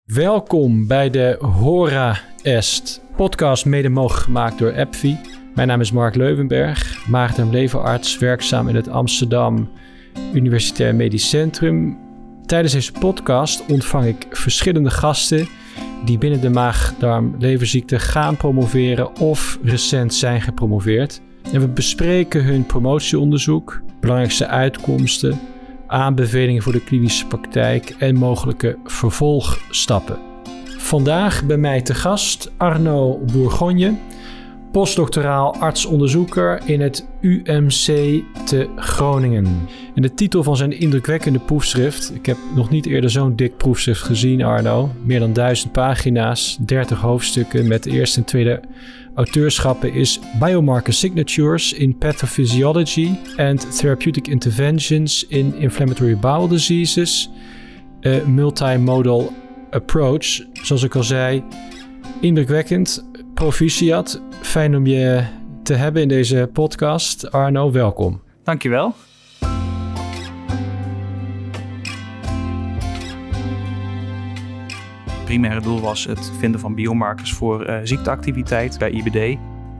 Welkom bij de Hora Est podcast, mede mogelijk gemaakt door AbbVie. Mijn naam is Mark Leuvenberg, maag- en leverarts, werkzaam in het Amsterdam Universitair Medisch Centrum. Tijdens deze podcast ontvang ik verschillende gasten die binnen de maag-darm-leverziekte gaan promoveren of recent zijn gepromoveerd. En we bespreken hun promotieonderzoek, belangrijkste uitkomsten, aanbevelingen voor de klinische praktijk en mogelijke vervolgstappen. Vandaag bij mij te gast Arno Bourgogne, postdoctoraal arts-onderzoeker in het UMC te Groningen. En de titel van zijn indrukwekkende proefschrift, ik heb nog niet eerder zo'n dik proefschrift gezien, Arno, meer dan 1000 pagina's, 30 hoofdstukken met de eerste en tweede auteurschappen, is Biomarker Signatures in Pathophysiology and Therapeutic Interventions in Inflammatory Bowel Diseases, a Multimodal Approach. Zoals ik al zei, indrukwekkend. Proficiat, fijn om je te hebben in deze podcast. Arno, welkom. Dankjewel. Het primaire doel was het vinden van biomarkers voor ziekteactiviteit bij IBD.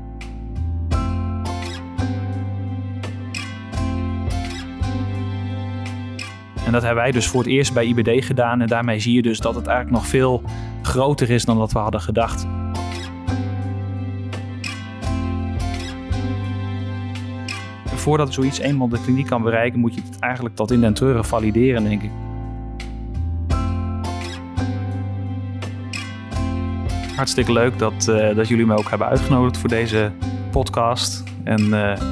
En dat hebben wij dus voor het eerst bij IBD gedaan. En daarmee zie je dus dat het eigenlijk nog veel groter is dan dat we hadden gedacht. Voordat zoiets eenmaal de kliniek kan bereiken, moet je het eigenlijk tot in den treuren valideren, denk ik. Hartstikke leuk dat jullie me ook hebben uitgenodigd voor deze podcast. En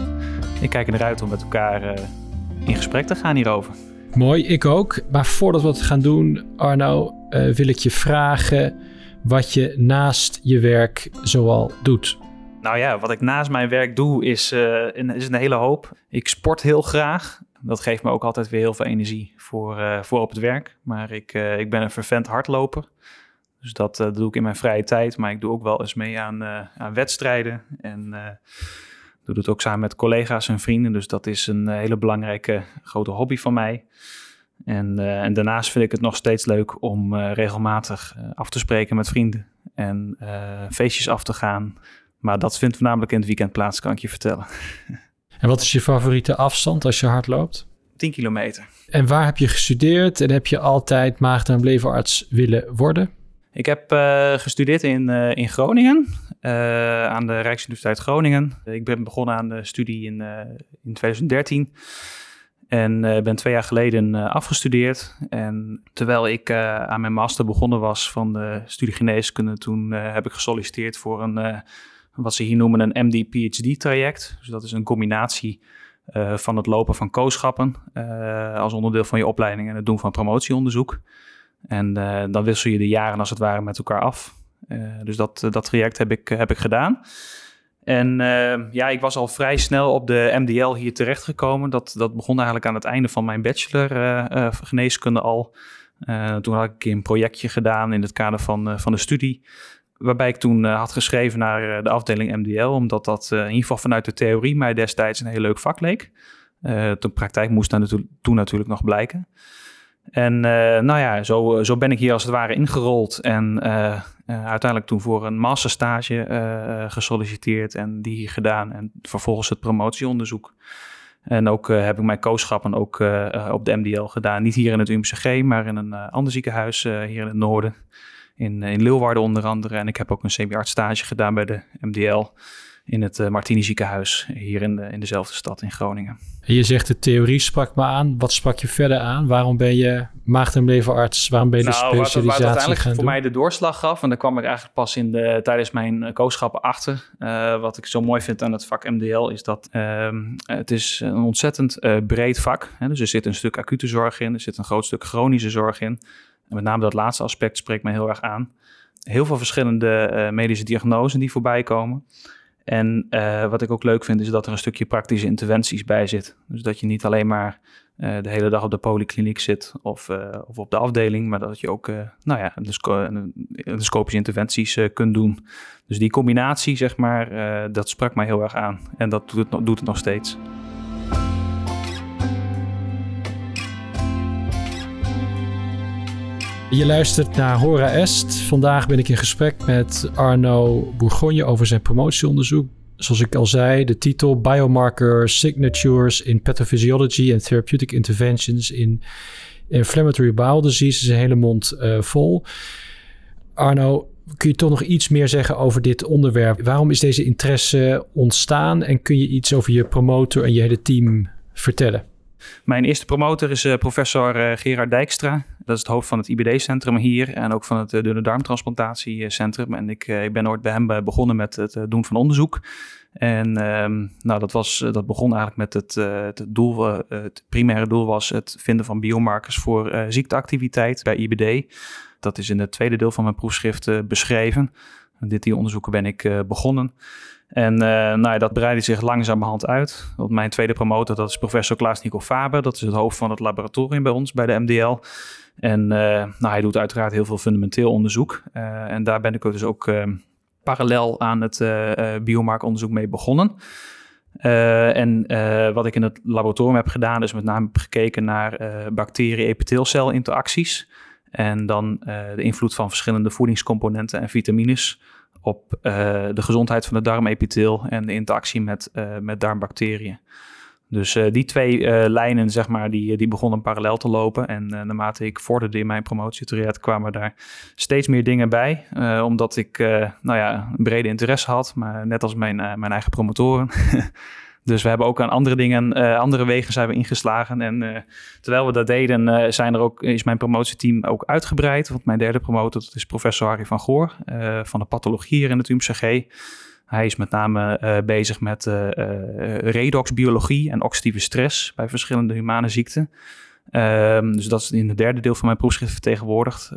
ik kijk er naar uit om met elkaar in gesprek te gaan hierover. Mooi, ik ook. Maar voordat we het gaan doen, Arno, wil ik je vragen wat je naast je werk zoal doet. Nou ja, wat ik naast mijn werk doe is een hele hoop. Ik sport heel graag. Dat geeft me ook altijd weer heel veel energie voor op het werk. Maar ik ben een fervent hardloper. Dus dat doe ik in mijn vrije tijd. Maar ik doe ook wel eens mee aan wedstrijden. En doe dat ook samen met collega's en vrienden. Dus dat is een hele belangrijke grote hobby van mij. En daarnaast vind ik het nog steeds leuk om regelmatig af te spreken met vrienden. En feestjes af te gaan. Maar dat vindt voornamelijk in het weekend plaats, kan ik je vertellen. En wat is je favoriete afstand als je hardloopt? 10 kilometer. En waar heb je gestudeerd en heb je altijd maag-darm-leverarts willen worden? Ik heb gestudeerd in Groningen, aan de Rijksuniversiteit Groningen. Ik ben begonnen aan de studie in 2013 en ben 2 jaar geleden afgestudeerd. En terwijl ik aan mijn master begonnen was van de studie geneeskunde, toen heb ik gesolliciteerd voor een wat ze hier noemen een MD-PhD-traject. Dus dat is een combinatie van het lopen van kooschappen als onderdeel van je opleiding en het doen van promotieonderzoek. En dan wissel je de jaren als het ware met elkaar af. Dus dat traject heb ik gedaan. En ik was al vrij snel op de MDL hier terechtgekomen. Dat begon eigenlijk aan het einde van mijn bachelor geneeskunde al. Toen had ik een keer een projectje gedaan in het kader van de studie. Waarbij ik toen had geschreven naar de afdeling MDL. Omdat dat in ieder geval vanuit de theorie mij destijds een heel leuk vak leek. De praktijk moest toen natuurlijk nog blijken. En zo ben ik hier als het ware ingerold. En uiteindelijk toen voor een masterstage gesolliciteerd en die hier gedaan. En vervolgens het promotieonderzoek. En ook heb ik mijn kooschappen ook op de MDL gedaan. Niet hier in het UMCG, maar in een ander ziekenhuis hier in het noorden. In Leeuwarden onder andere. En ik heb ook een semi-arts stage gedaan bij de MDL in het Martini ziekenhuis hier in dezelfde stad in Groningen. En je zegt de theorie sprak me aan. Wat sprak je verder aan? Waarom ben je maag-darm-leverarts? Waarom ben je de specialisatie wat gaan doen? uiteindelijk voor mij de doorslag gaf, en daar kwam ik eigenlijk pas tijdens mijn kooschappen achter. Wat ik zo mooi vind aan het vak MDL is dat het is een ontzettend breed vak. Hè? Dus er zit een stuk acute zorg in, er zit een groot stuk chronische zorg in. En met name dat laatste aspect spreekt me heel erg aan. Heel veel verschillende medische diagnoses die voorbij komen. En wat ik ook leuk vind is dat er een stukje praktische interventies bij zit. Dus dat je niet alleen maar de hele dag op de polykliniek zit of op de afdeling, maar dat je ook endoscopische interventies kunt doen. Dus die combinatie, zeg maar, dat sprak mij heel erg aan. En dat doet het nog steeds. Je luistert naar Hora Est. Vandaag ben ik in gesprek met Arno Bourgogne over zijn promotieonderzoek. Zoals ik al zei, de titel Biomarker Signatures in Pathophysiology and Therapeutic Interventions in Inflammatory Bowel Disease. Is een hele mond vol. Arno, kun je toch nog iets meer zeggen over dit onderwerp? Waarom is deze interesse ontstaan en kun je iets over je promotor en je hele team vertellen? Mijn eerste promotor is professor Gerard Dijkstra. Dat is het hoofd van het IBD-centrum hier en ook van het dunne darmtransplantatiecentrum. En ik ben ooit bij hem begonnen met het doen van onderzoek. En dat begon eigenlijk met het doel. Het primaire doel was het vinden van biomarkers voor ziekteactiviteit bij IBD. Dat is in het tweede deel van mijn proefschrift beschreven. Die onderzoeken ben ik begonnen. En dat breidde zich langzamerhand uit. Want mijn tweede promotor, dat is professor Klaas-Nico Faber. Dat is het hoofd van het laboratorium bij ons, bij de MDL. En hij doet uiteraard heel veel fundamenteel onderzoek. En daar ben ik dus ook parallel aan het biomarkeronderzoek mee begonnen. Wat ik in het laboratorium heb gedaan, is met name gekeken naar bacterie-epiteelcel-interacties. En dan de invloed van verschillende voedingscomponenten en vitamines op de gezondheid van het darmepitheel en de interactie met darmbacteriën. Dus die twee lijnen, zeg maar, die begonnen parallel te lopen. En naarmate ik vorderde in mijn promotietraject kwamen daar steeds meer dingen bij. Omdat ik een brede interesse had, maar net als mijn eigen promotoren. Dus we hebben ook aan andere dingen, andere wegen zijn we ingeslagen. En terwijl we dat deden, is mijn promotieteam ook uitgebreid. Want mijn derde promotor, dat is professor Harry van Goor van de pathologie hier in het UMCG. Hij is met name bezig met redoxbiologie en oxidatieve stress bij verschillende humane ziekten. Dus dat is in het derde deel van mijn proefschrift vertegenwoordigd.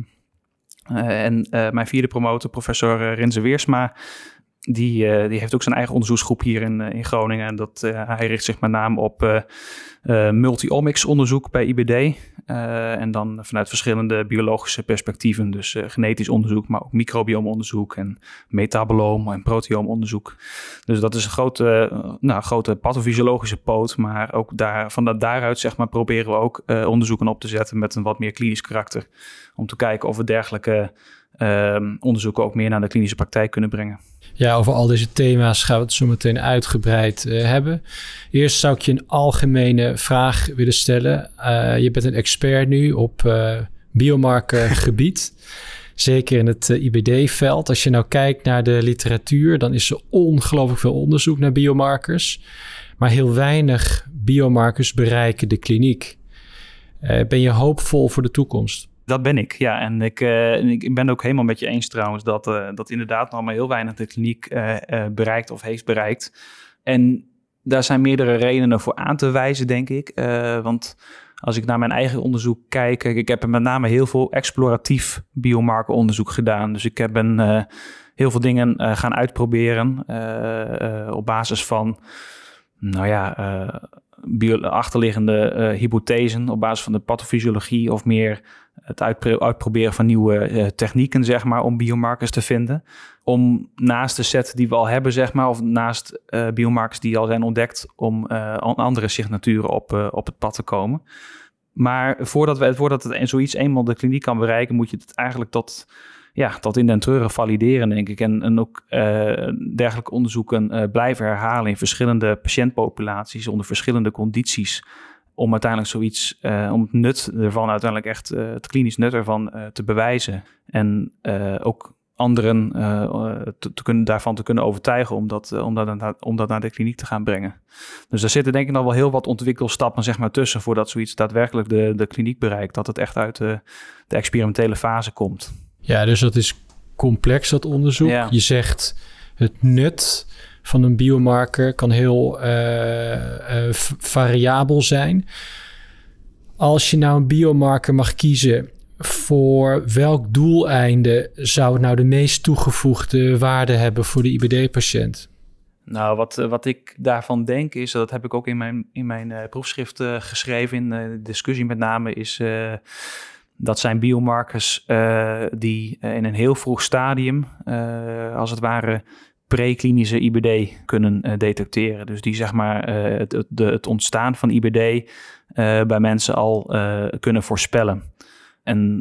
Mijn vierde promotor, professor Rinze Weersma, die heeft ook zijn eigen onderzoeksgroep hier in Groningen. En hij richt zich met name op multi-omics onderzoek bij IBD. En dan vanuit verschillende biologische perspectieven. Dus genetisch onderzoek, maar ook microbiomonderzoek en metaboloom en proteoomonderzoek. Dus dat is een grote pathofysiologische poot. Maar ook daaruit zeg maar, proberen we ook onderzoeken op te zetten met een wat meer klinisch karakter. Om te kijken of we dergelijke onderzoeken ook meer naar de klinische praktijk kunnen brengen. Ja, over al deze thema's gaan we het zo meteen uitgebreid hebben. Eerst zou ik je een algemene vraag willen stellen. Je bent een expert nu op biomarkergebied. Zeker in het IBD-veld. Als je nou kijkt naar de literatuur, dan is er ongelooflijk veel onderzoek naar biomarkers. Maar heel weinig biomarkers bereiken de kliniek. Ben je hoopvol voor de toekomst? Dat ben ik, ja. En ik ben ook helemaal met je eens trouwens dat inderdaad nog maar heel weinig de kliniek bereikt of heeft bereikt. En daar zijn meerdere redenen voor aan te wijzen, denk ik. Want als ik naar mijn eigen onderzoek kijk, ik heb met name heel veel exploratief biomarkeronderzoek gedaan. Dus ik heb heel veel dingen gaan uitproberen op basis van, achterliggende hypothesen op basis van de pathofysiologie of meer het uitproberen van nieuwe technieken, zeg maar, om biomarkers te vinden. Om naast de set die we al hebben, zeg maar, of naast biomarkers die al zijn ontdekt, om andere signaturen op het pad te komen. Maar voordat het zoiets eenmaal de kliniek kan bereiken, moet je het eigenlijk tot in den treuren valideren, denk ik. En ook dergelijke onderzoeken blijven herhalen in verschillende patiëntpopulaties onder verschillende condities. Om uiteindelijk zoiets, om het nut ervan uiteindelijk echt, het klinisch nut ervan te bewijzen. En ook anderen daarvan te kunnen overtuigen om dat naar de kliniek te gaan brengen. Dus daar zitten denk ik nog wel heel wat ontwikkelstappen, zeg maar, tussen voordat zoiets daadwerkelijk de kliniek bereikt. Dat het echt uit de experimentele fase komt. Ja, dus dat is complex, dat onderzoek. Ja. Je zegt het nut van een biomarker kan heel variabel zijn. Als je nou een biomarker mag kiezen, voor welk doeleinde zou het nou de meest toegevoegde waarde hebben voor de IBD-patiënt? Nou, wat ik daarvan denk is, dat heb ik ook in mijn proefschrift geschreven, in de discussie met name, is dat zijn biomarkers die in een heel vroeg stadium, als het ware, preklinische IBD kunnen detecteren. Dus die, zeg maar, het ontstaan van IBD bij mensen al kunnen voorspellen. En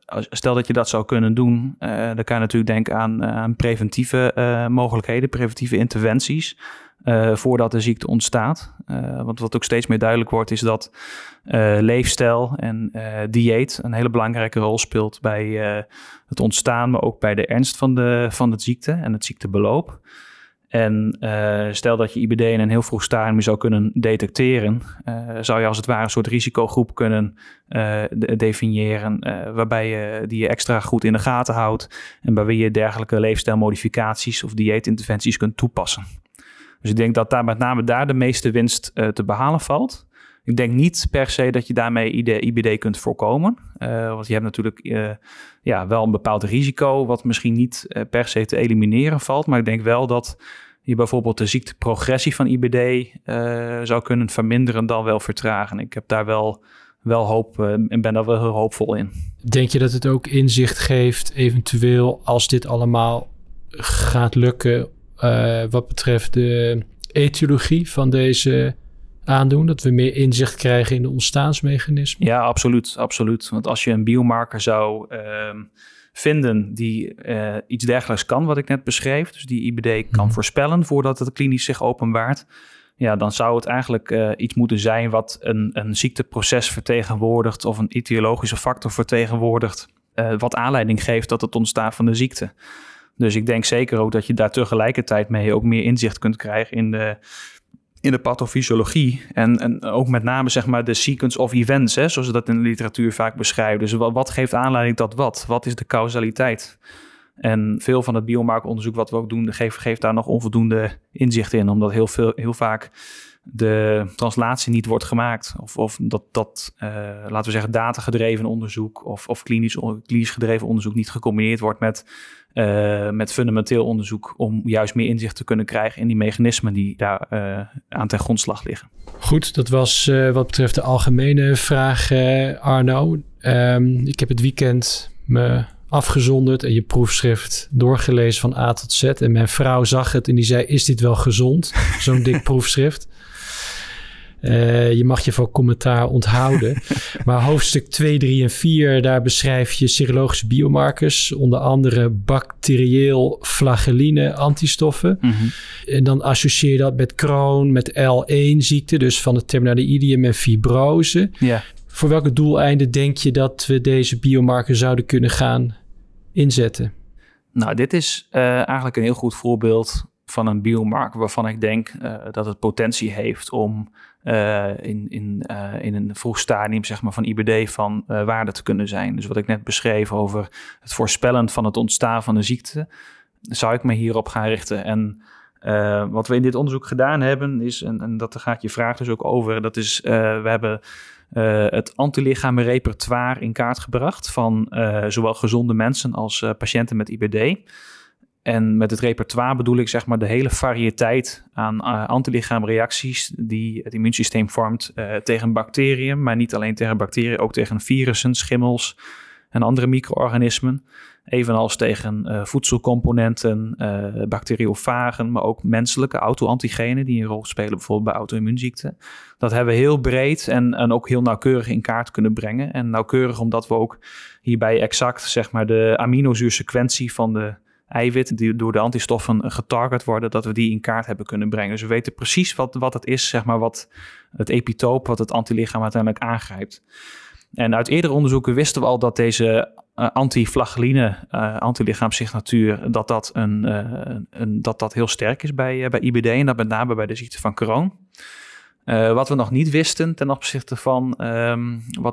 stel dat je dat zou kunnen doen, dan kan je natuurlijk denken aan preventieve mogelijkheden, preventieve interventies voordat de ziekte ontstaat. Want wat ook steeds meer duidelijk wordt, is dat leefstijl en dieet een hele belangrijke rol speelt bij het ontstaan, maar ook bij de ernst van de ziekte en het ziektebeloop. En stel dat je IBD in een heel vroeg stadium zou kunnen detecteren, zou je als het ware een soort risicogroep kunnen definiëren, waarbij je die extra goed in de gaten houdt en waarbij je dergelijke leefstijlmodificaties of dieetinterventies kunt toepassen. Dus ik denk dat daar met name de meeste winst te behalen valt. Ik denk niet per se dat je daarmee IBD kunt voorkomen. Want je hebt natuurlijk wel een bepaald risico wat misschien niet per se te elimineren valt. Maar ik denk wel dat je bijvoorbeeld de ziekteprogressie van IBD zou kunnen verminderen dan wel vertragen. Ik heb daar wel hoop en ben daar wel heel hoopvol in. Denk je dat het ook inzicht geeft, eventueel als dit allemaal gaat lukken, wat betreft de etiologie van deze aandoen, dat we meer inzicht krijgen in de ontstaansmechanismen? Ja, absoluut. Want als je een biomarker zou vinden die iets dergelijks kan, wat ik net beschreef, dus die IBD kan voorspellen voordat het klinisch zich openbaart, ja, dan zou het eigenlijk iets moeten zijn wat een ziekteproces vertegenwoordigt of een etiologische factor vertegenwoordigt, wat aanleiding geeft tot het ontstaan van de ziekte. Dus ik denk zeker ook dat je daar tegelijkertijd mee ook meer inzicht kunt krijgen in de pathofysiologie en ook met name zeg maar de sequence of events, zoals ze dat in de literatuur vaak beschrijven. Dus wat geeft aanleiding tot wat? Wat is de causaliteit? En veel van het biomarkeronderzoek wat we ook doen, geeft daar nog onvoldoende inzicht in, omdat heel vaak de translatie niet wordt gemaakt. Of dat laten we zeggen, datagedreven onderzoek of klinisch gedreven onderzoek niet gecombineerd wordt met fundamenteel onderzoek, om juist meer inzicht te kunnen krijgen in die mechanismen die daar aan ten grondslag liggen. Goed, dat was wat betreft de algemene vraag, Arno. Ik heb het weekend me afgezonderd en je proefschrift doorgelezen van A tot Z. En mijn vrouw zag het en die zei, is dit wel gezond? Zo'n dik proefschrift. Je mag je van commentaar onthouden. Maar hoofdstuk 2, 3 en 4, daar beschrijf je serologische biomarkers. Onder andere bacterieel flagelline antistoffen. Mm-hmm. En dan associeer je dat met Crohn, met L1-ziekte, dus van het terminale idiom en fibrose. Yeah. Voor welke doeleinden denk je dat we deze biomarker zouden kunnen gaan inzetten? Nou, dit is eigenlijk een heel goed voorbeeld van een biomarker waarvan ik denk dat het potentie heeft om in een vroeg stadium zeg maar, van IBD van waarde te kunnen zijn. Dus wat ik net beschreef over het voorspellen van het ontstaan van de ziekte, zou ik me hierop gaan richten. En wat we in dit onderzoek gedaan hebben is, en dat gaat je vraag dus ook over, dat is we hebben het antilichamen-repertoire in kaart gebracht van zowel gezonde mensen als patiënten met IBD. En met het repertoire bedoel ik zeg maar de hele variëteit aan antilichaamreacties die het immuunsysteem vormt tegen bacteriën, maar niet alleen tegen bacteriën, ook tegen virussen, schimmels en andere micro-organismen. Evenals tegen voedselcomponenten, bacteriofagen, maar ook menselijke auto-antigenen die een rol spelen bijvoorbeeld bij auto-immuunziekten. Dat hebben we heel breed en ook heel nauwkeurig in kaart kunnen brengen. En nauwkeurig omdat we ook hierbij exact zeg maar de aminozuursequentie van de eiwit die door de antistoffen getarget worden, dat we die in kaart hebben kunnen brengen. Dus we weten precies wat het is, zeg maar, wat het epitoop, wat het antilichaam uiteindelijk aangrijpt. En uit eerdere onderzoeken wisten we al dat deze antiflagelline antilichaamsignatuur, dat heel sterk is bij IBD en dat met name bij de ziekte van Crohn. Wat we nog niet wisten ten opzichte van wat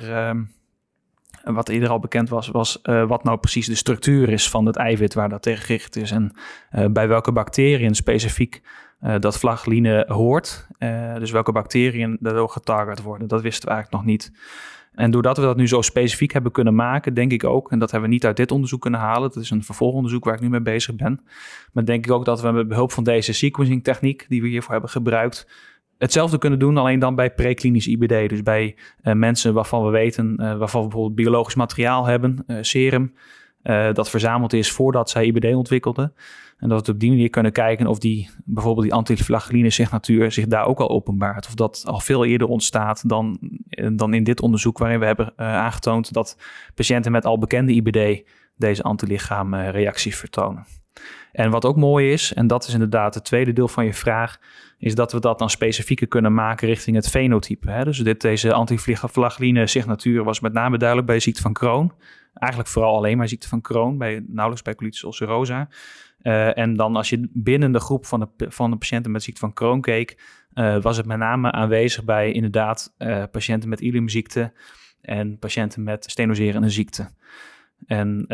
eerder al bekend was wat nou precies de structuur is van het eiwit waar dat tegen gericht is en bij welke bacteriën specifiek dat flagelline hoort. Dus welke bacteriën daardoor getarget worden, dat wisten we eigenlijk nog niet. En doordat we dat nu zo specifiek hebben kunnen maken, denk ik ook, en dat hebben we niet uit dit onderzoek kunnen halen, dat is een vervolgonderzoek waar ik nu mee bezig ben, maar denk ik ook dat we met behulp van deze sequencing techniek die we hiervoor hebben gebruikt, hetzelfde kunnen doen, alleen dan bij preklinisch IBD. Dus bij mensen waarvan we weten, waarvan we bijvoorbeeld biologisch materiaal hebben, serum, dat verzameld is voordat zij IBD ontwikkelden. En dat we op die manier kunnen kijken of bijvoorbeeld die antiflagelline signatuur zich daar ook al openbaart. Of dat al veel eerder ontstaat dan in dit onderzoek, waarin we hebben aangetoond dat patiënten met al bekende IBD deze antilichaamreacties vertonen. En wat ook mooi is, en dat is inderdaad het tweede deel van je vraag, is dat we dat dan specifieker kunnen maken richting het fenotype. Hè? Dus deze antiflagelline signatuur was met name duidelijk bij de ziekte van Crohn. Eigenlijk vooral alleen maar ziekte van Crohn, nauwelijks bij colitis ulcerosa. En dan als je binnen de groep van de patiënten met ziekte van Crohn keek, was het met name aanwezig bij inderdaad patiënten met iliumziekte en patiënten met stenoserende ziekte. En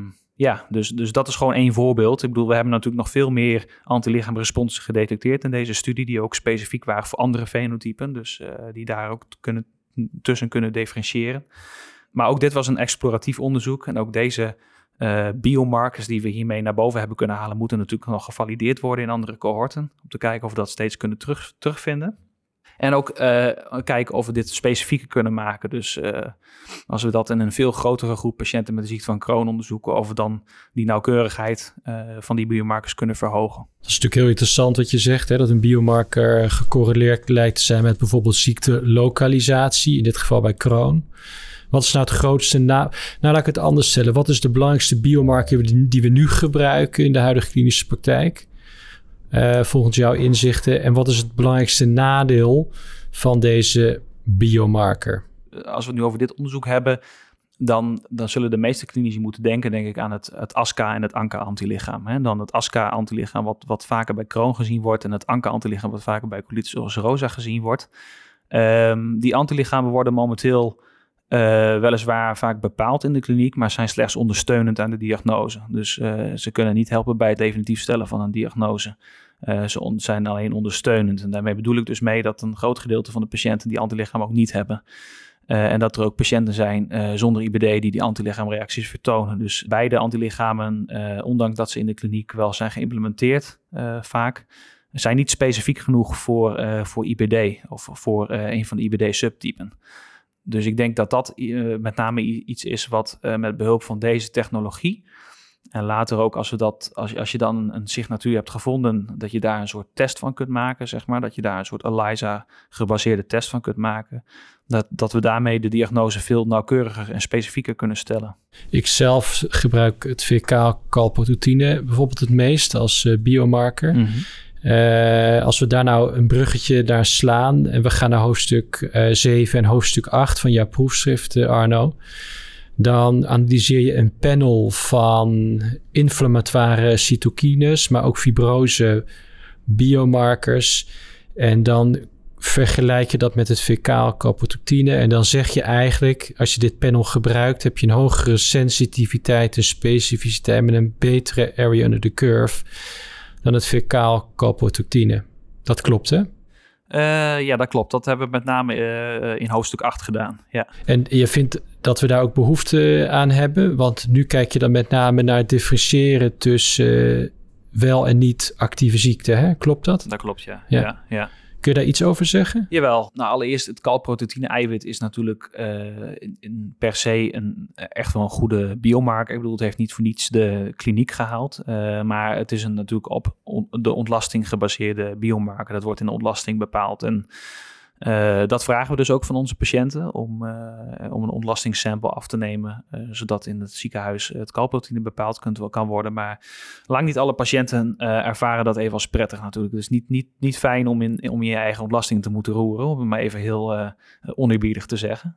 dus dat is gewoon één voorbeeld. Ik bedoel, we hebben natuurlijk nog veel meer antilichaamresponsen gedetecteerd in deze studie, die ook specifiek waren voor andere fenotypen, dus die daar ook tussen kunnen differentiëren. Maar ook dit was een exploratief onderzoek en ook deze biomarkers die we hiermee naar boven hebben kunnen halen, moeten natuurlijk nog gevalideerd worden in andere cohorten, om te kijken of we dat steeds kunnen terugvinden. En ook kijken of we dit specifieker kunnen maken. Dus als we dat in een veel grotere groep patiënten met de ziekte van Crohn onderzoeken, of we dan die nauwkeurigheid van die biomarkers kunnen verhogen. Dat is natuurlijk heel interessant wat je zegt, hè, dat een biomarker gecorreleerd lijkt te zijn met bijvoorbeeld ziektelokalisatie, in dit geval bij Crohn. Wat is nou het grootste? Nou, laat ik het anders stellen. Wat is de belangrijkste biomarker die we nu gebruiken in de huidige klinische praktijk? Volgens jouw inzichten. En wat is het belangrijkste nadeel van deze biomarker? Als we het nu over dit onderzoek hebben, dan zullen de meeste klinici moeten denken, denk ik, aan het ASCA en het ANCA-antilichaam. Hè? Dan het ASCA-antilichaam wat vaker bij Crohn gezien wordt en het ANCA-antilichaam wat vaker bij colitis ulcerosa gezien wordt. Die antilichamen worden momenteel weliswaar vaak bepaald in de kliniek, maar zijn slechts ondersteunend aan de diagnose. Dus ze kunnen niet helpen bij het definitief stellen van een diagnose. Ze zijn alleen ondersteunend. En daarmee bedoel ik dus mee dat een groot gedeelte van de patiënten die antilichaam ook niet hebben. En dat er ook patiënten zijn zonder IBD die antilichaamreacties vertonen. Dus beide antilichamen, ondanks dat ze in de kliniek wel zijn geïmplementeerd vaak, zijn niet specifiek genoeg voor IBD of voor een van de IBD-subtypen. Dus ik denk dat met name iets is wat met behulp van deze technologie en later ook als je dan een signatuur hebt gevonden, dat je daar een soort test van kunt maken, zeg maar, dat je daar een soort ELISA-gebaseerde test van kunt maken, dat we daarmee de diagnose veel nauwkeuriger en specifieker kunnen stellen. Ik zelf gebruik het VK-calprotectine bijvoorbeeld het meest als biomarker. Mm-hmm. Als we daar nou een bruggetje naar slaan en we gaan naar hoofdstuk 7 en hoofdstuk 8 van jouw proefschrift, Arno, dan analyseer je een panel van inflammatoire cytokines, maar ook fibrose biomarkers. En dan vergelijk je dat met het VK-calprotectine en dan zeg je eigenlijk, als je dit panel gebruikt, heb je een hogere sensitiviteit en specificiteit met een betere area under the curve dan het VK-calprotectine. Dat klopt, hè? Ja, dat klopt. Dat hebben we met name in hoofdstuk 8 gedaan. Ja. En je vindt dat we daar ook behoefte aan hebben? Want nu kijk je dan met name naar het differentiëren tussen wel en niet actieve ziekte, hè? Klopt dat? Dat klopt, ja. Ja. Kun je daar iets over zeggen? Jawel. Nou, allereerst het calprotectine-eiwit is natuurlijk per se echt wel een goede biomarker. Ik bedoel, het heeft niet voor niets de kliniek gehaald. Maar het is natuurlijk op de ontlasting gebaseerde biomarker. Dat wordt in de ontlasting bepaald. En dat vragen we dus ook van onze patiënten om een ontlastingssample af te nemen, zodat in het ziekenhuis het calprotectine bepaald kan worden. Maar lang niet alle patiënten ervaren dat even als prettig natuurlijk. Dus niet fijn om in je eigen ontlasting te moeten roeren, om het maar even heel oneerbiedig te zeggen.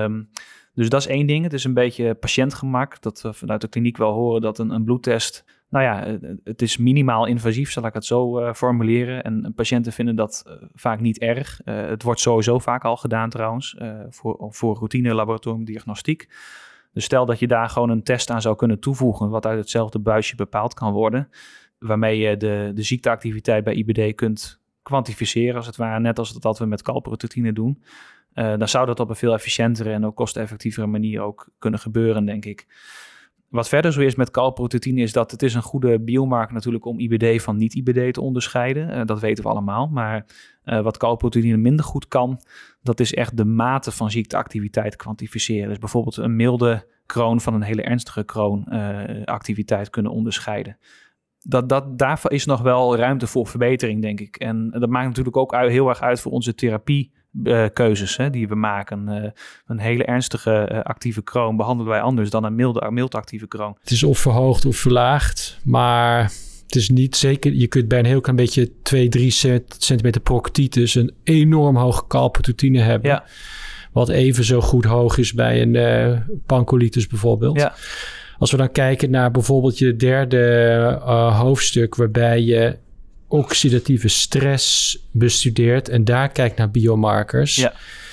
Dus dat is één ding. Het is een beetje patiëntgemak, dat we vanuit de kliniek wel horen dat een bloedtest, nou ja, het is minimaal invasief, zal ik het zo formuleren. En patiënten vinden dat vaak niet erg. Het wordt sowieso vaak al gedaan trouwens, voor routine laboratoriumdiagnostiek. Dus stel dat je daar gewoon een test aan zou kunnen toevoegen, wat uit hetzelfde buisje bepaald kan worden, waarmee je de ziekteactiviteit bij IBD kunt kwantificeren, als het ware, net als dat we met calprotectine doen. Dan zou dat op een veel efficiëntere en ook kosteneffectievere manier ook kunnen gebeuren, denk ik. Wat verder zo is met calprotectine is dat het is een goede biomarker natuurlijk om IBD van niet-IBD te onderscheiden. Dat weten we allemaal. Maar wat calprotectine minder goed kan, dat is echt de mate van ziekteactiviteit kwantificeren. Dus bijvoorbeeld een milde kroon van een hele ernstige kroonactiviteit kunnen onderscheiden. Daarvoor is nog wel ruimte voor verbetering, denk ik. En dat maakt natuurlijk ook heel erg uit voor onze therapiekeuzes die we maken. Een hele ernstige actieve kroon behandelen wij anders dan een mild actieve kroon. Het is of verhoogd of verlaagd, maar het is niet zeker. Je kunt bij een heel klein beetje 2-3 centimeter proctitis een enorm hoge calprotectine hebben. Ja. Wat even zo goed hoog is bij een pancolitis bijvoorbeeld. Ja. Als we dan kijken naar bijvoorbeeld je derde hoofdstuk, waarbij je oxidatieve stress bestudeert en daar kijkt naar biomarkers. Ja.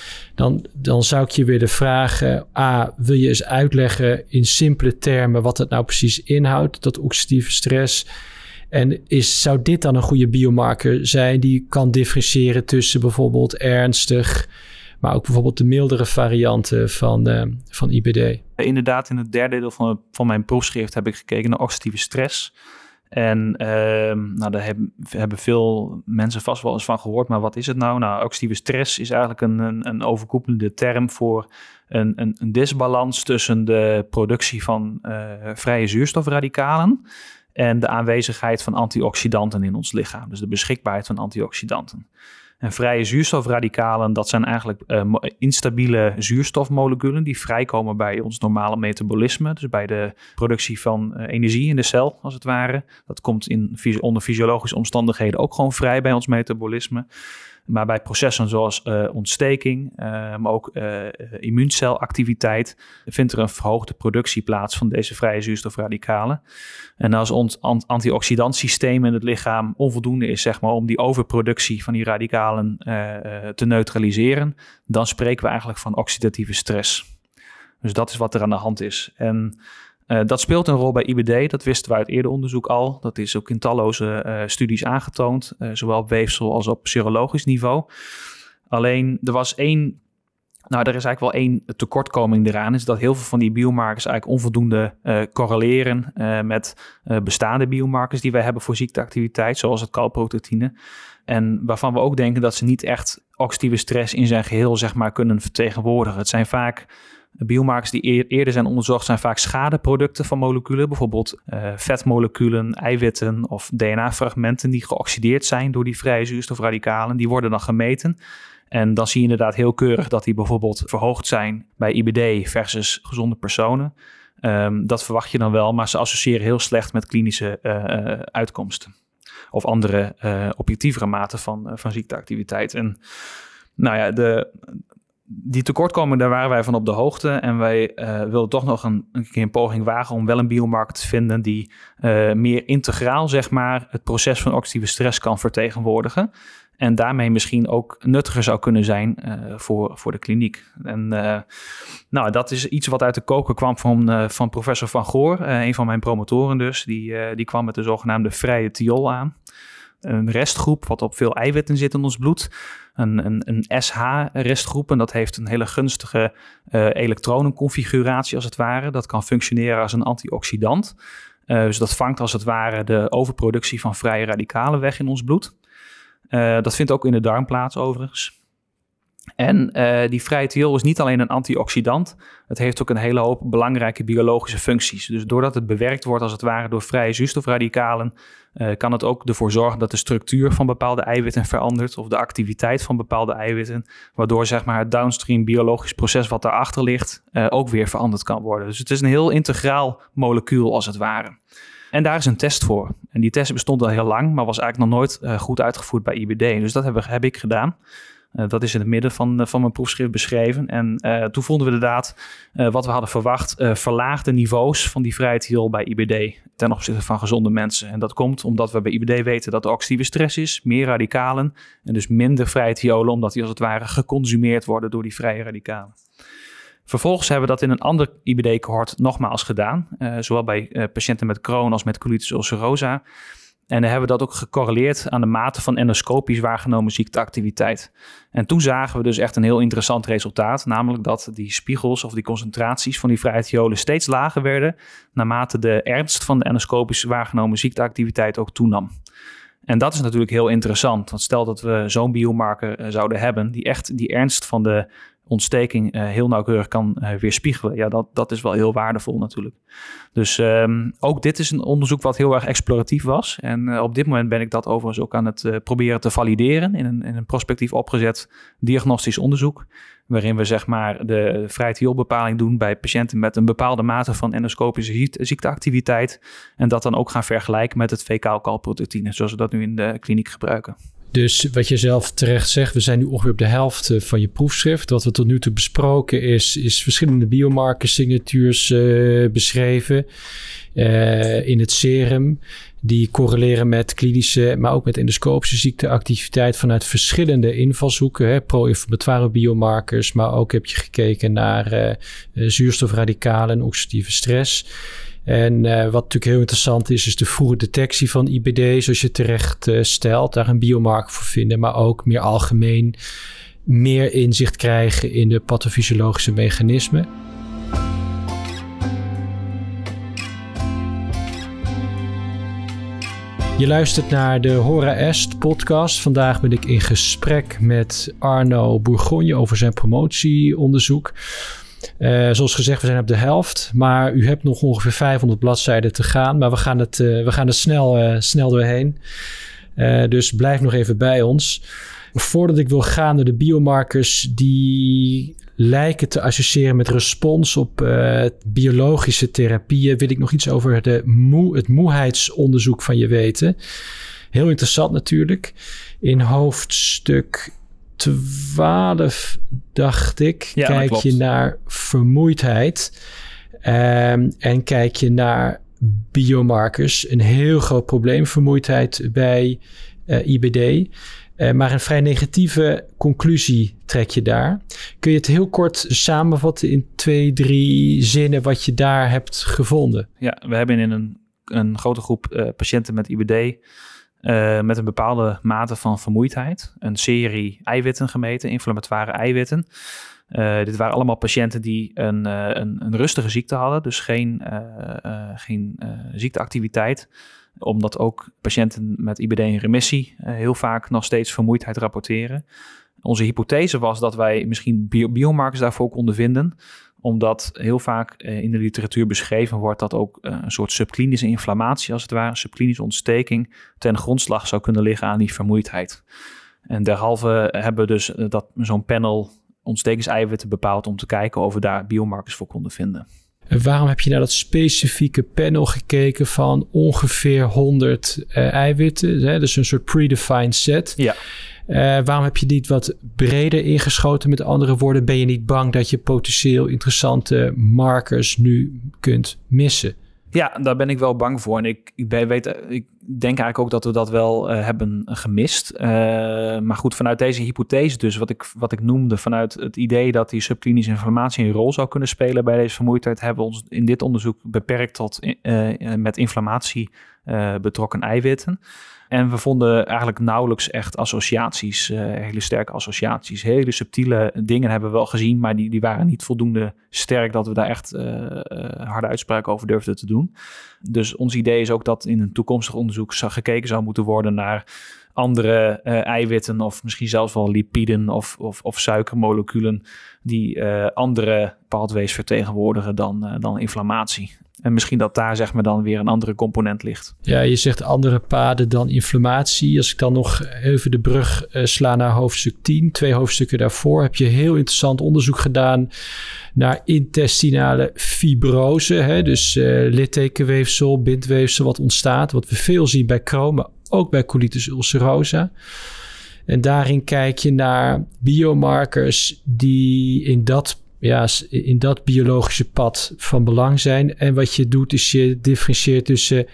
Dan zou ik je willen vragen, wil je eens uitleggen in simpele termen wat het nou precies inhoudt, dat oxidatieve stress? En zou dit dan een goede biomarker zijn die kan differentiëren tussen bijvoorbeeld ernstig, maar ook bijvoorbeeld de mildere varianten van IBD? Inderdaad, in het derde deel van mijn proefschrift heb ik gekeken naar oxidatieve stress. En daar hebben veel mensen vast wel eens van gehoord. Maar wat is het nou? Nou, oxidatieve stress is eigenlijk een overkoepelende term voor een disbalans tussen de productie van vrije zuurstofradicalen en de aanwezigheid van antioxidanten in ons lichaam. Dus de beschikbaarheid van antioxidanten. En vrije zuurstofradicalen, dat zijn eigenlijk instabiele zuurstofmoleculen die vrijkomen bij ons normale metabolisme. Dus bij de productie van energie in de cel, als het ware. Dat komt onder fysiologische omstandigheden ook gewoon vrij bij ons metabolisme. Maar bij processen zoals ontsteking, maar ook immuuncelactiviteit, vindt er een verhoogde productie plaats van deze vrije zuurstofradicalen. En als ons antioxidantsysteem in het lichaam onvoldoende is, zeg maar, om die overproductie van die radicalen te neutraliseren, dan spreken we eigenlijk van oxidatieve stress. Dus dat is wat er aan de hand is. En dat speelt een rol bij IBD, dat wisten we uit eerder onderzoek al. Dat is ook in talloze studies aangetoond, zowel op weefsel als op serologisch niveau. Alleen er is eigenlijk wel één tekortkoming eraan, is dat heel veel van die biomarkers eigenlijk onvoldoende correleren met bestaande biomarkers die wij hebben voor ziekteactiviteit, zoals het calprotectine. En waarvan we ook denken dat ze niet echt oxidatieve stress in zijn geheel, zeg maar, kunnen vertegenwoordigen. Het zijn vaak biomarkers die eerder zijn onderzocht, zijn vaak schadeproducten van moleculen. Bijvoorbeeld vetmoleculen, eiwitten of DNA-fragmenten die geoxideerd zijn door die vrije zuurstofradicalen. Die worden dan gemeten. En dan zie je inderdaad heel keurig dat die bijvoorbeeld verhoogd zijn bij IBD versus gezonde personen. Dat verwacht je dan wel, maar ze associëren heel slecht met klinische uitkomsten. Of andere objectievere maten van ziekteactiviteit. En nou ja, die tekortkoming, daar waren wij van op de hoogte. En wij wilden toch nog een keer een poging wagen om wel een biomarker te vinden die meer integraal, zeg maar, het proces van oxidatieve stress kan vertegenwoordigen. En daarmee misschien ook nuttiger zou kunnen zijn voor de kliniek. En dat is iets wat uit de koker kwam van professor Van Goor, een van mijn promotoren dus. Die kwam met de zogenaamde vrije thiol aan. Een restgroep wat op veel eiwitten zit in ons bloed. Een SH-restgroep en dat heeft een hele gunstige elektronenconfiguratie als het ware. Dat kan functioneren als een antioxidant. Dus dat vangt als het ware de overproductie van vrije radicalen weg in ons bloed. Dat vindt ook in de darm plaats overigens. En die vrije thiol is niet alleen een antioxidant. Het heeft ook een hele hoop belangrijke biologische functies. Dus doordat het bewerkt wordt als het ware door vrije zuurstofradicalen, kan het ook ervoor zorgen dat de structuur van bepaalde eiwitten verandert of de activiteit van bepaalde eiwitten, waardoor, zeg maar, het downstream biologisch proces wat daarachter ligt ook weer veranderd kan worden. Dus het is een heel integraal molecuul als het ware. En daar is een test voor. En die test bestond al heel lang, maar was eigenlijk nog nooit goed uitgevoerd bij IBD. Dus dat heb ik gedaan. Dat is in het midden van mijn proefschrift beschreven. En toen vonden we inderdaad, wat we hadden verwacht, verlaagde niveaus van die vrije thiol bij IBD ten opzichte van gezonde mensen. En dat komt omdat we bij IBD weten dat er oxidatieve stress is, meer radicalen en dus minder vrije thiolen, omdat die als het ware geconsumeerd worden door die vrije radicalen. Vervolgens hebben we dat in een ander IBD-cohort nogmaals gedaan, zowel bij patiënten met Crohn als met colitis ulcerosa. En dan hebben we dat ook gecorreleerd aan de mate van endoscopisch waargenomen ziekteactiviteit. En toen zagen we dus echt een heel interessant resultaat, namelijk dat die spiegels of die concentraties van die vrije thiolen steeds lager werden, naarmate de ernst van de endoscopisch waargenomen ziekteactiviteit ook toenam. En dat is natuurlijk heel interessant, want stel dat we zo'n biomarker zouden hebben die echt die ernst van de ontsteking heel nauwkeurig kan weerspiegelen. Ja, dat is wel heel waardevol natuurlijk. Dus ook dit is een onderzoek wat heel erg exploratief was. En op dit moment ben ik dat overigens ook aan het proberen te valideren in een prospectief opgezet diagnostisch onderzoek. Waarin we zeg maar de vrijheid-hielbepaling doen bij patiënten met een bepaalde mate van endoscopische ziekteactiviteit. En dat dan ook gaan vergelijken met het fecaal calprotectine, zoals we dat nu in de kliniek gebruiken. Dus wat je zelf terecht zegt, we zijn nu ongeveer op de helft van je proefschrift. Wat we tot nu toe besproken is verschillende biomarkersignatuurs beschreven in het serum. Die correleren met klinische, maar ook met endoscopische ziekteactiviteit vanuit verschillende invalshoeken. Pro-inflammatoire biomarkers, maar ook heb je gekeken naar zuurstofradicalen en oxidatieve stress. En wat natuurlijk heel interessant is de vroege detectie van IBD, zoals je terecht stelt. Daar een biomarker voor vinden, maar ook meer algemeen meer inzicht krijgen in de pathofysiologische mechanismen. Je luistert naar de Hora-Est podcast. Vandaag ben ik in gesprek met Arno Bourgogne over zijn promotieonderzoek. Zoals gezegd, we zijn op de helft, maar u hebt nog ongeveer 500 bladzijden te gaan. Maar we gaan er snel doorheen. Dus blijf nog even bij ons. Voordat ik wil gaan naar de biomarkers die lijken te associëren met respons op biologische therapieën, wil ik nog iets over het moeheidsonderzoek van je weten. Heel interessant natuurlijk. In hoofdstuk 12, dacht ik, ja, kijk je naar vermoeidheid en kijk je naar biomarkers. Een heel groot probleem, vermoeidheid bij IBD. Maar een vrij negatieve conclusie trek je daar. Kun je het heel kort samenvatten in 2-3 zinnen wat je daar hebt gevonden? Ja, we hebben in een grote groep patiënten met IBD met een bepaalde mate van vermoeidheid een serie eiwitten gemeten, inflammatoire eiwitten. Dit waren allemaal patiënten die een rustige ziekte hadden, dus geen ziekteactiviteit. Omdat ook patiënten met IBD in remissie heel vaak nog steeds vermoeidheid rapporteren. Onze hypothese was dat wij misschien biomarkers daarvoor konden vinden, omdat heel vaak in de literatuur beschreven wordt dat ook een soort subklinische inflammatie, als het ware, een subklinische ontsteking, ten grondslag zou kunnen liggen aan die vermoeidheid. En derhalve hebben we dus zo'n panel ontstekingseiwitten bepaald om te kijken of we daar biomarkers voor konden vinden. En waarom heb je naar dat specifieke panel gekeken van ongeveer 100 eiwitten? Hè? Dus een soort predefined set. Ja. Waarom heb je niet wat breder ingeschoten? Met andere woorden, ben je niet bang dat je potentieel interessante markers nu kunt missen? Ja, daar ben ik wel bang voor. En ik denk eigenlijk ook dat we dat wel hebben gemist. Maar goed, vanuit deze hypothese dus, wat ik noemde, vanuit het idee dat die subklinische inflammatie een rol zou kunnen spelen bij deze vermoeidheid, hebben we ons in dit onderzoek beperkt tot met inflammatie betrokken eiwitten. En we vonden eigenlijk nauwelijks echt associaties, hele sterke associaties. Hele subtiele dingen hebben we wel gezien, maar die waren niet voldoende sterk dat we daar echt harde uitspraken over durfden te doen. Dus ons idee is ook dat in een toekomstig onderzoek gekeken zou moeten worden naar andere eiwitten of misschien zelfs wel lipiden of suikermoleculen die andere pathways vertegenwoordigen dan inflammatie. En misschien dat daar zeg maar dan weer een andere component ligt. Ja, je zegt andere paden dan inflammatie. Als ik dan nog even de brug sla naar hoofdstuk 10, 2 hoofdstukken daarvoor, heb je heel interessant onderzoek gedaan naar intestinale fibrose. Hè? Dus littekenweefsel, bindweefsel wat ontstaat. Wat we veel zien bij Crohn, maar ook bij colitis ulcerosa. En daarin kijk je naar biomarkers die in dat biologische pad van belang zijn. En wat je doet is je differentieert tussen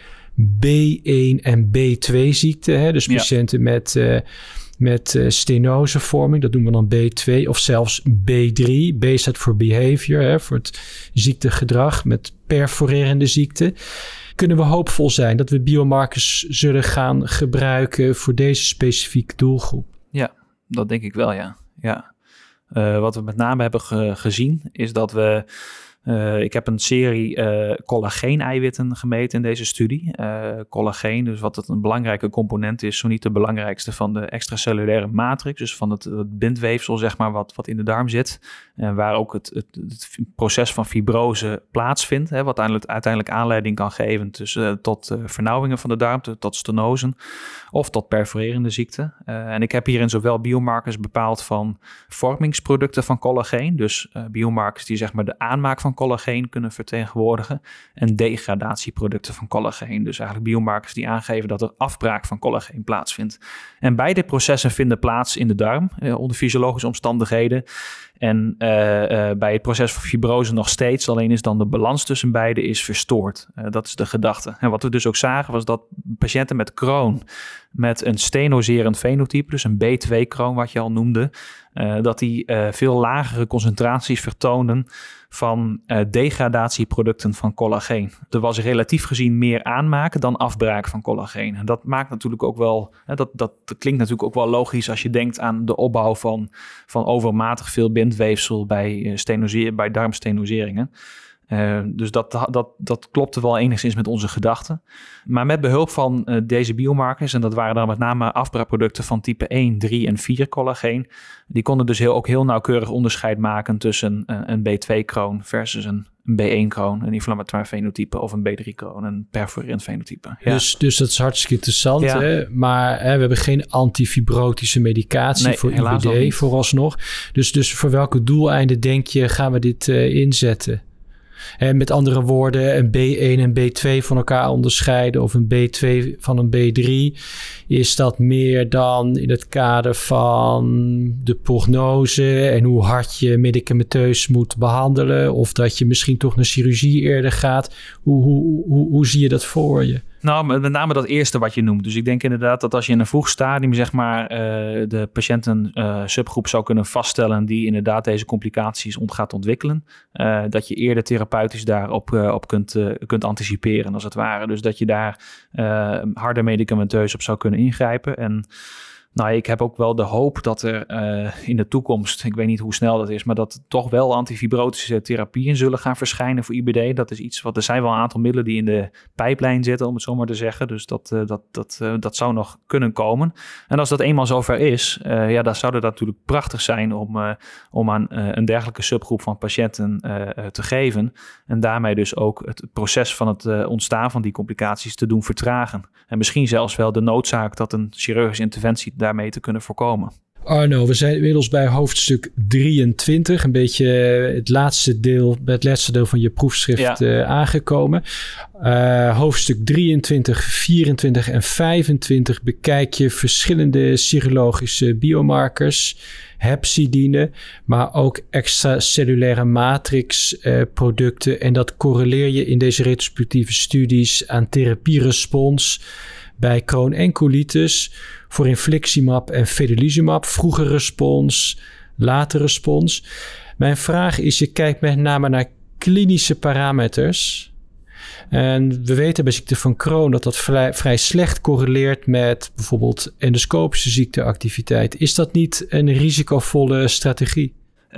B1 en B2 ziekte. Hè? Dus patiënten met stenosevorming, dat noemen we dan B2 of zelfs B3. B staat voor behavior, hè? Voor het ziektegedrag met perforerende ziekte. Kunnen we hoopvol zijn dat we biomarkers zullen gaan gebruiken voor deze specifieke doelgroep? Ja, dat denk ik wel, ja. Wat we met name hebben gezien is dat we Ik heb een serie collageen-eiwitten gemeten in deze studie. Collageen, dus wat het een belangrijke component is, zo niet de belangrijkste van de extracellulaire matrix, dus van het bindweefsel, zeg maar, wat in de darm zit. Waar ook het proces van fibrose plaatsvindt, wat uiteindelijk aanleiding kan geven tot vernauwingen van de darm, tot stenosen of tot perforerende ziekten. En ik heb hierin zowel biomarkers bepaald van vormingsproducten van collageen, dus biomarkers die zeg maar de aanmaak van collageen kunnen vertegenwoordigen, en degradatieproducten van collageen, dus eigenlijk biomarkers die aangeven dat er afbraak van collageen plaatsvindt. En beide processen vinden plaats in de darm onder fysiologische omstandigheden. En bij het proces van fibrose nog steeds, alleen is dan de balans tussen beide is verstoord. Dat is de gedachte. En wat we dus ook zagen was dat patiënten met Crohn, met een stenoserend fenotype, dus een B2-Crohn wat je al noemde, dat die veel lagere concentraties vertoonden van degradatieproducten van collageen. Er was relatief gezien meer aanmaken dan afbraak van collageen. En dat maakt natuurlijk ook wel, dat klinkt natuurlijk ook wel logisch als je denkt aan de opbouw van overmatig veel bindweefsel bij darmstenoseringen. Dus dat klopte wel enigszins met onze gedachten. Maar met behulp van deze biomarkers, en dat waren dan met name afbraakproducten van type 1, 3 en 4 collageen, die konden dus ook heel nauwkeurig onderscheid maken tussen een B2-Crohn versus een B1-Crohn, een inflammatoire fenotype, of een B3-Crohn, een perforerend fenotype. Ja. Dus dat is hartstikke interessant, ja. Hè? Maar we hebben geen antifibrotische medicatie voor IBD vooralsnog. Dus voor welke doeleinden denk je gaan we dit inzetten? En met andere woorden, een B1 en B2 van elkaar onderscheiden of een B2 van een B3. Is dat meer dan in het kader van de prognose en hoe hard je medicamenteus moet behandelen? Of dat je misschien toch naar chirurgie eerder gaat? Hoe zie je dat voor je? Nou, met name dat eerste wat je noemt. Dus ik denk inderdaad dat als je in een vroeg stadium zeg maar de patiënten subgroep zou kunnen vaststellen die inderdaad deze complicaties gaat ontwikkelen, dat je eerder therapeutisch daarop kunt anticiperen als het ware. Dus dat je daar harder medicamenteus op zou kunnen ingrijpen. En nou, ik heb ook wel de hoop dat er in de toekomst, ik weet niet hoe snel dat is, maar dat toch wel antifibrotische therapieën zullen gaan verschijnen voor IBD. Dat is iets er zijn wel een aantal middelen die in de pijplijn zitten, om het zo maar te zeggen. Dus dat zou nog kunnen komen. En als dat eenmaal zover is, dan zou dat natuurlijk prachtig zijn om aan een dergelijke subgroep van patiënten te geven. En daarmee dus ook het proces van het ontstaan van die complicaties te doen vertragen. En misschien zelfs wel de noodzaak dat een chirurgische interventie daarmee te kunnen voorkomen. Arno, we zijn inmiddels bij hoofdstuk 23, een beetje het laatste deel van je proefschrift aangekomen. Hoofdstuk 23, 24 en 25 bekijk je verschillende serologische biomarkers, hepcidine, maar ook extracellulaire matrix producten. En dat correleer je in deze retrospectieve studies aan therapierespons bij Crohn en colitis voor infliximab en vedolizumab, vroege respons, late respons. Mijn vraag is, je kijkt met name naar klinische parameters. En we weten bij ziekte van Crohn dat vrij slecht correleert met bijvoorbeeld endoscopische ziekteactiviteit. Is dat niet een risicovolle strategie?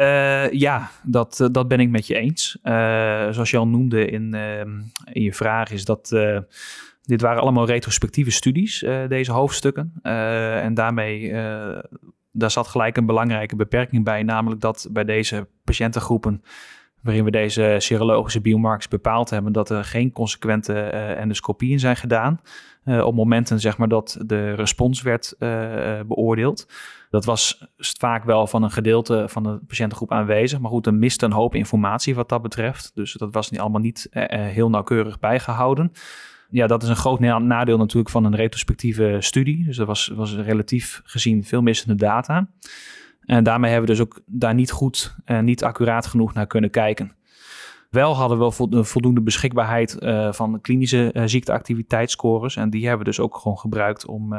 Ja, dat ben ik met je eens. Zoals je al noemde in je vraag is dat dit waren allemaal retrospectieve studies, deze hoofdstukken. En daarmee, daar zat gelijk een belangrijke beperking bij. Namelijk dat bij deze patiëntengroepen, waarin we deze serologische biomarkers bepaald hebben, dat er geen consequente endoscopieën zijn gedaan. Op momenten zeg maar dat de respons werd beoordeeld. Dat was vaak wel van een gedeelte van de patiëntengroep aanwezig. Maar goed, er miste een hoop informatie wat dat betreft. Dus dat was allemaal niet heel nauwkeurig bijgehouden. Ja, dat is een groot nadeel natuurlijk van een retrospectieve studie. Dus er was relatief gezien veel missende data. En daarmee hebben we dus ook daar niet goed en niet accuraat genoeg naar kunnen kijken. Wel hadden we voldoende beschikbaarheid van klinische ziekteactiviteitsscores. En die hebben we dus ook gewoon gebruikt om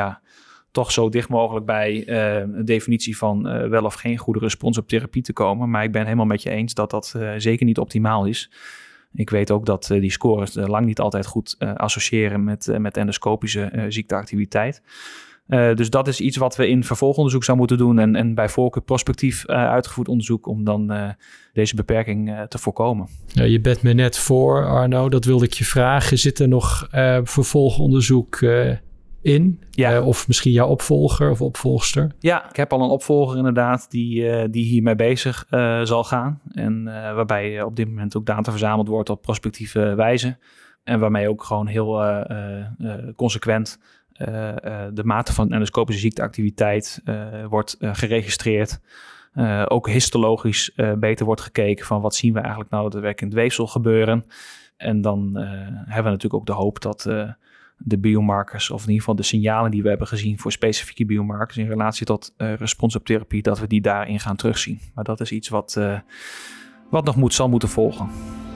toch zo dicht mogelijk bij een definitie van wel of geen goede respons op therapie te komen. Maar ik ben helemaal met je eens dat dat zeker niet optimaal is. Ik weet ook dat die scores lang niet altijd goed associëren met endoscopische ziekteactiviteit. Dus dat is iets wat we in vervolgonderzoek zouden moeten doen en bij voorkeur prospectief uitgevoerd onderzoek om dan deze beperking te voorkomen. Ja, je bent me net voor, Arno, dat wilde ik je vragen. Zit er nog vervolgonderzoek in? Ja. Of misschien jouw opvolger of opvolgster? Ja, ik heb al een opvolger inderdaad die hiermee bezig zal gaan. En waarbij op dit moment ook data verzameld wordt op prospectieve wijze. En waarmee ook gewoon heel consequent de mate van endoscopische ziekteactiviteit wordt geregistreerd. Ook histologisch beter wordt gekeken van wat zien we eigenlijk nou daadwerkelijk in het weefsel gebeuren. En dan hebben we natuurlijk ook de hoop dat de biomarkers, of in ieder geval de signalen die we hebben gezien voor specifieke biomarkers in relatie tot respons op therapie, dat we die daarin gaan terugzien. Maar dat is iets wat nog zal moeten volgen.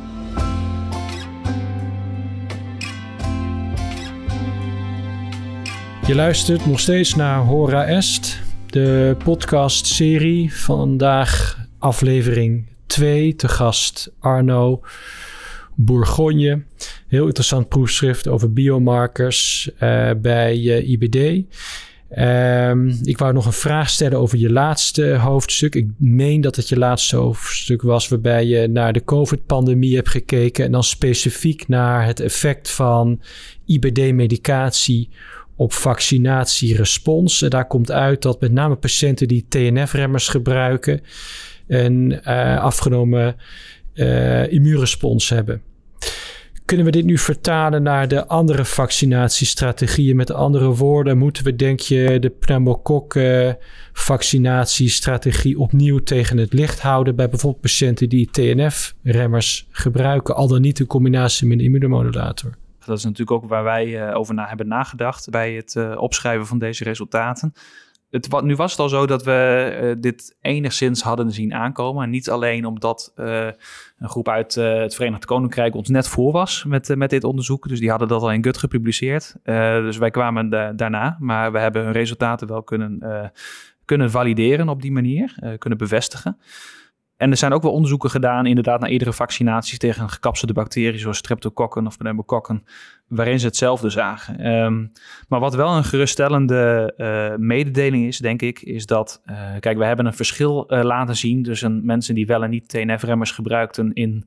Je luistert nog steeds naar Hora Est, de podcastserie. Vandaag aflevering 2, te gast Arno Bourgogne. Heel interessant proefschrift over biomarkers bij IBD. Ik wou nog een vraag stellen over je laatste hoofdstuk. Ik meen dat het je laatste hoofdstuk was waarbij je naar de COVID-pandemie hebt gekeken en dan specifiek naar het effect van IBD-medicatie op vaccinatierespons. Daar komt uit dat met name patiënten die TNF-remmers gebruiken een afgenomen immuunrespons hebben. Kunnen we dit nu vertalen naar de andere vaccinatiestrategieën? Met andere woorden, moeten we, denk je, de pneumokokken-vaccinatiestrategie opnieuw tegen het licht houden bij bijvoorbeeld patiënten die TNF-remmers gebruiken, al dan niet in combinatie met een immunomodulator? Dat is natuurlijk ook waar wij over hebben nagedacht bij het opschrijven van deze resultaten. Nu was het al zo dat we dit enigszins hadden zien aankomen. En niet alleen omdat een groep uit het Verenigd Koninkrijk ons net voor was met dit onderzoek. Dus die hadden dat al in Gut gepubliceerd. Dus wij kwamen daarna. Maar we hebben hun resultaten wel kunnen valideren op die manier. Kunnen bevestigen. En er zijn ook wel onderzoeken gedaan inderdaad naar eerdere vaccinaties tegen gekapselde bacteriën zoals streptokokken of pneumokokken, waarin ze hetzelfde zagen. Maar wat wel een geruststellende mededeling is, denk ik, is dat, kijk, we hebben een verschil laten zien tussen mensen die wel en niet TNF-remmers gebruikten in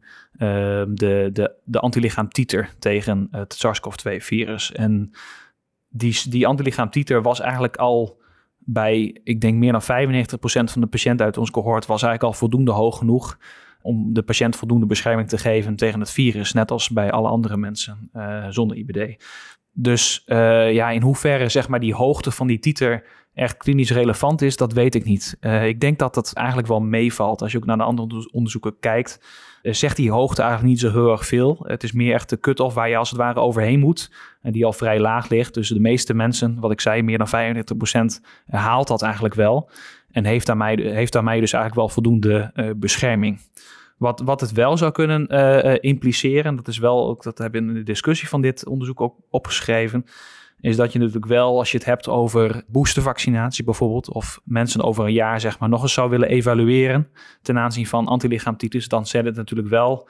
de antilichaam titer tegen het SARS-CoV-2-virus. En die antilichaam titer was eigenlijk al bij, ik denk meer dan 95% van de patiënten uit ons cohort was eigenlijk al voldoende hoog genoeg om de patiënt voldoende bescherming te geven tegen het virus, net als bij alle andere mensen zonder IBD. Dus in hoeverre zeg maar die hoogte van die titer echt klinisch relevant is, dat weet ik niet. Ik denk dat dat eigenlijk wel meevalt. Als je ook naar de andere onderzoeken kijkt, zegt die hoogte eigenlijk niet zo heel erg veel. Het is meer echt de cut-off waar je als het ware overheen moet en die al vrij laag ligt. Dus de meeste mensen, wat ik zei, meer dan 95% haalt dat eigenlijk wel en heeft daarmee dus eigenlijk wel voldoende bescherming. Wat het wel zou kunnen impliceren, dat is wel ook, dat hebben we in de discussie van dit onderzoek ook opgeschreven, is dat je natuurlijk wel, als je het hebt over boostervaccinatie bijvoorbeeld, of mensen over een jaar zeg maar nog eens zou willen evalueren ten aanzien van antilichaamtitis, dan is het natuurlijk wel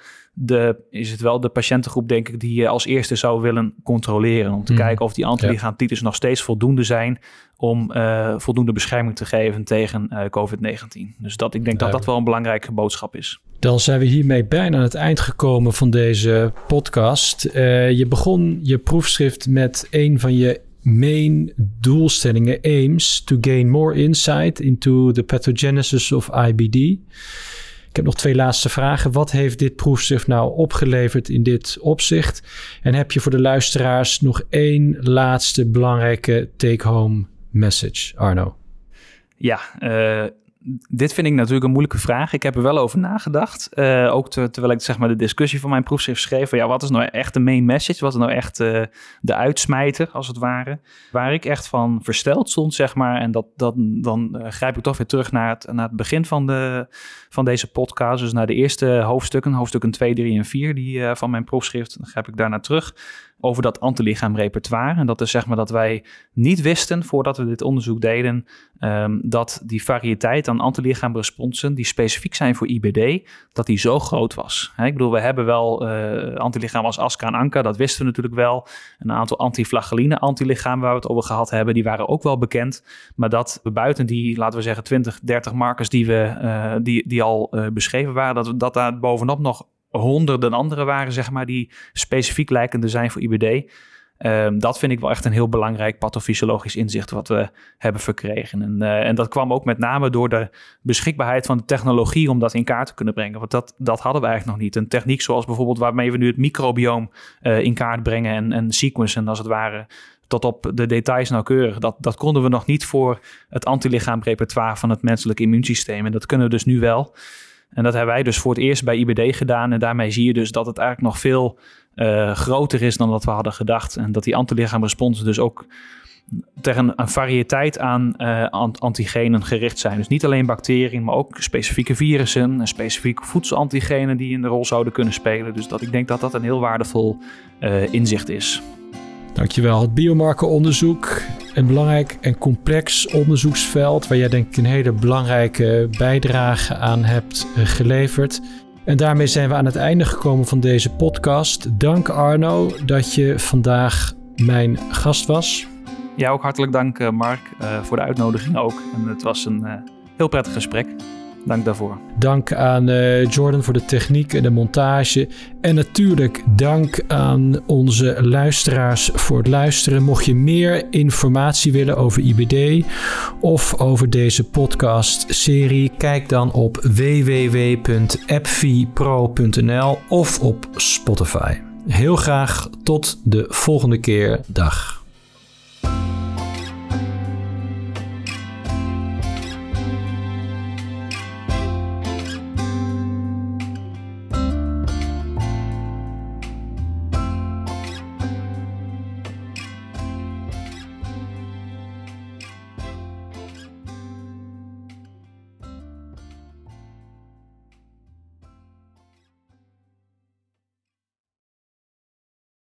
de patiëntengroep, denk ik, die je als eerste zou willen controleren. Om te kijken of die antilichaamtitis nog steeds voldoende zijn om voldoende bescherming te geven tegen COVID-19. Dus ik denk dat dat wel een belangrijke boodschap is. Dan zijn we hiermee bijna aan het eind gekomen van deze podcast. Je begon je proefschrift met een van je main doelstellingen, aims, to gain more insight into the pathogenesis of IBD. Ik heb nog 2 laatste vragen. Wat heeft dit proefschrift nou opgeleverd in dit opzicht? En heb je voor de luisteraars nog 1 laatste belangrijke take-home message, Arno? Ja, dit vind ik natuurlijk een moeilijke vraag. Ik heb er wel over nagedacht. Ook terwijl ik zeg maar de discussie van mijn proefschrift schreef. Van, wat is nou echt de main message? Wat is nou echt de uitsmijter, als het ware? Waar ik echt van versteld stond, zeg maar. En dan grijp ik toch weer terug naar het begin van deze podcast. Dus naar de eerste hoofdstukken 2, 3 en 4 van mijn proefschrift. Dan grijp ik daarna terug. over dat antilichaamrepertoire. En dat is zeg maar dat wij niet wisten, voordat we dit onderzoek deden, dat die variëteit aan antilichaamresponsen die specifiek zijn voor IBD, dat die zo groot was. Ik bedoel, we hebben wel antilichamen als ASCA en ANCA, dat wisten we natuurlijk wel. Een aantal antiflagelline antilichamen waar we het over gehad hebben, die waren ook wel bekend. Maar dat we buiten die, laten we zeggen, 20, 30 markers die al beschreven waren, dat daar bovenop nog honderden andere waren, zeg maar, die specifiek lijkende zijn voor IBD. Dat vind ik wel echt een heel belangrijk pathofysiologisch inzicht wat we hebben verkregen. En dat kwam ook met name door de beschikbaarheid van de technologie om dat in kaart te kunnen brengen. Want dat hadden we eigenlijk nog niet. Een techniek zoals bijvoorbeeld waarmee we nu het microbioom in kaart brengen en sequencen als het ware tot op de details nauwkeurig. Dat konden we nog niet voor het antilichaamrepertoire van het menselijk immuunsysteem. En dat kunnen we dus nu wel. En dat hebben wij dus voor het eerst bij IBD gedaan. En daarmee zie je dus dat het eigenlijk nog veel groter is dan dat we hadden gedacht. En dat die antilichaamresponsen dus ook tegen een variëteit aan antigenen gericht zijn. Dus niet alleen bacteriën, maar ook specifieke virussen en specifieke voedselantigenen die een rol zouden kunnen spelen. Dus ik denk dat dat een heel waardevol inzicht is. Dankjewel. Het biomarkeronderzoek, een belangrijk en complex onderzoeksveld waar jij denk ik een hele belangrijke bijdrage aan hebt geleverd. En daarmee zijn we aan het einde gekomen van deze podcast. Dank Arno dat je vandaag mijn gast was. Ja, ook hartelijk dank Mark voor de uitnodiging ook. En het was een heel prettig gesprek. Dank daarvoor. Dank aan Jordan voor de techniek en de montage. En natuurlijk dank aan onze luisteraars voor het luisteren. Mocht je meer informatie willen over IBD of over deze podcast-serie, kijk dan op www.appvipro.nl of op Spotify. Heel graag tot de volgende keer. Dag.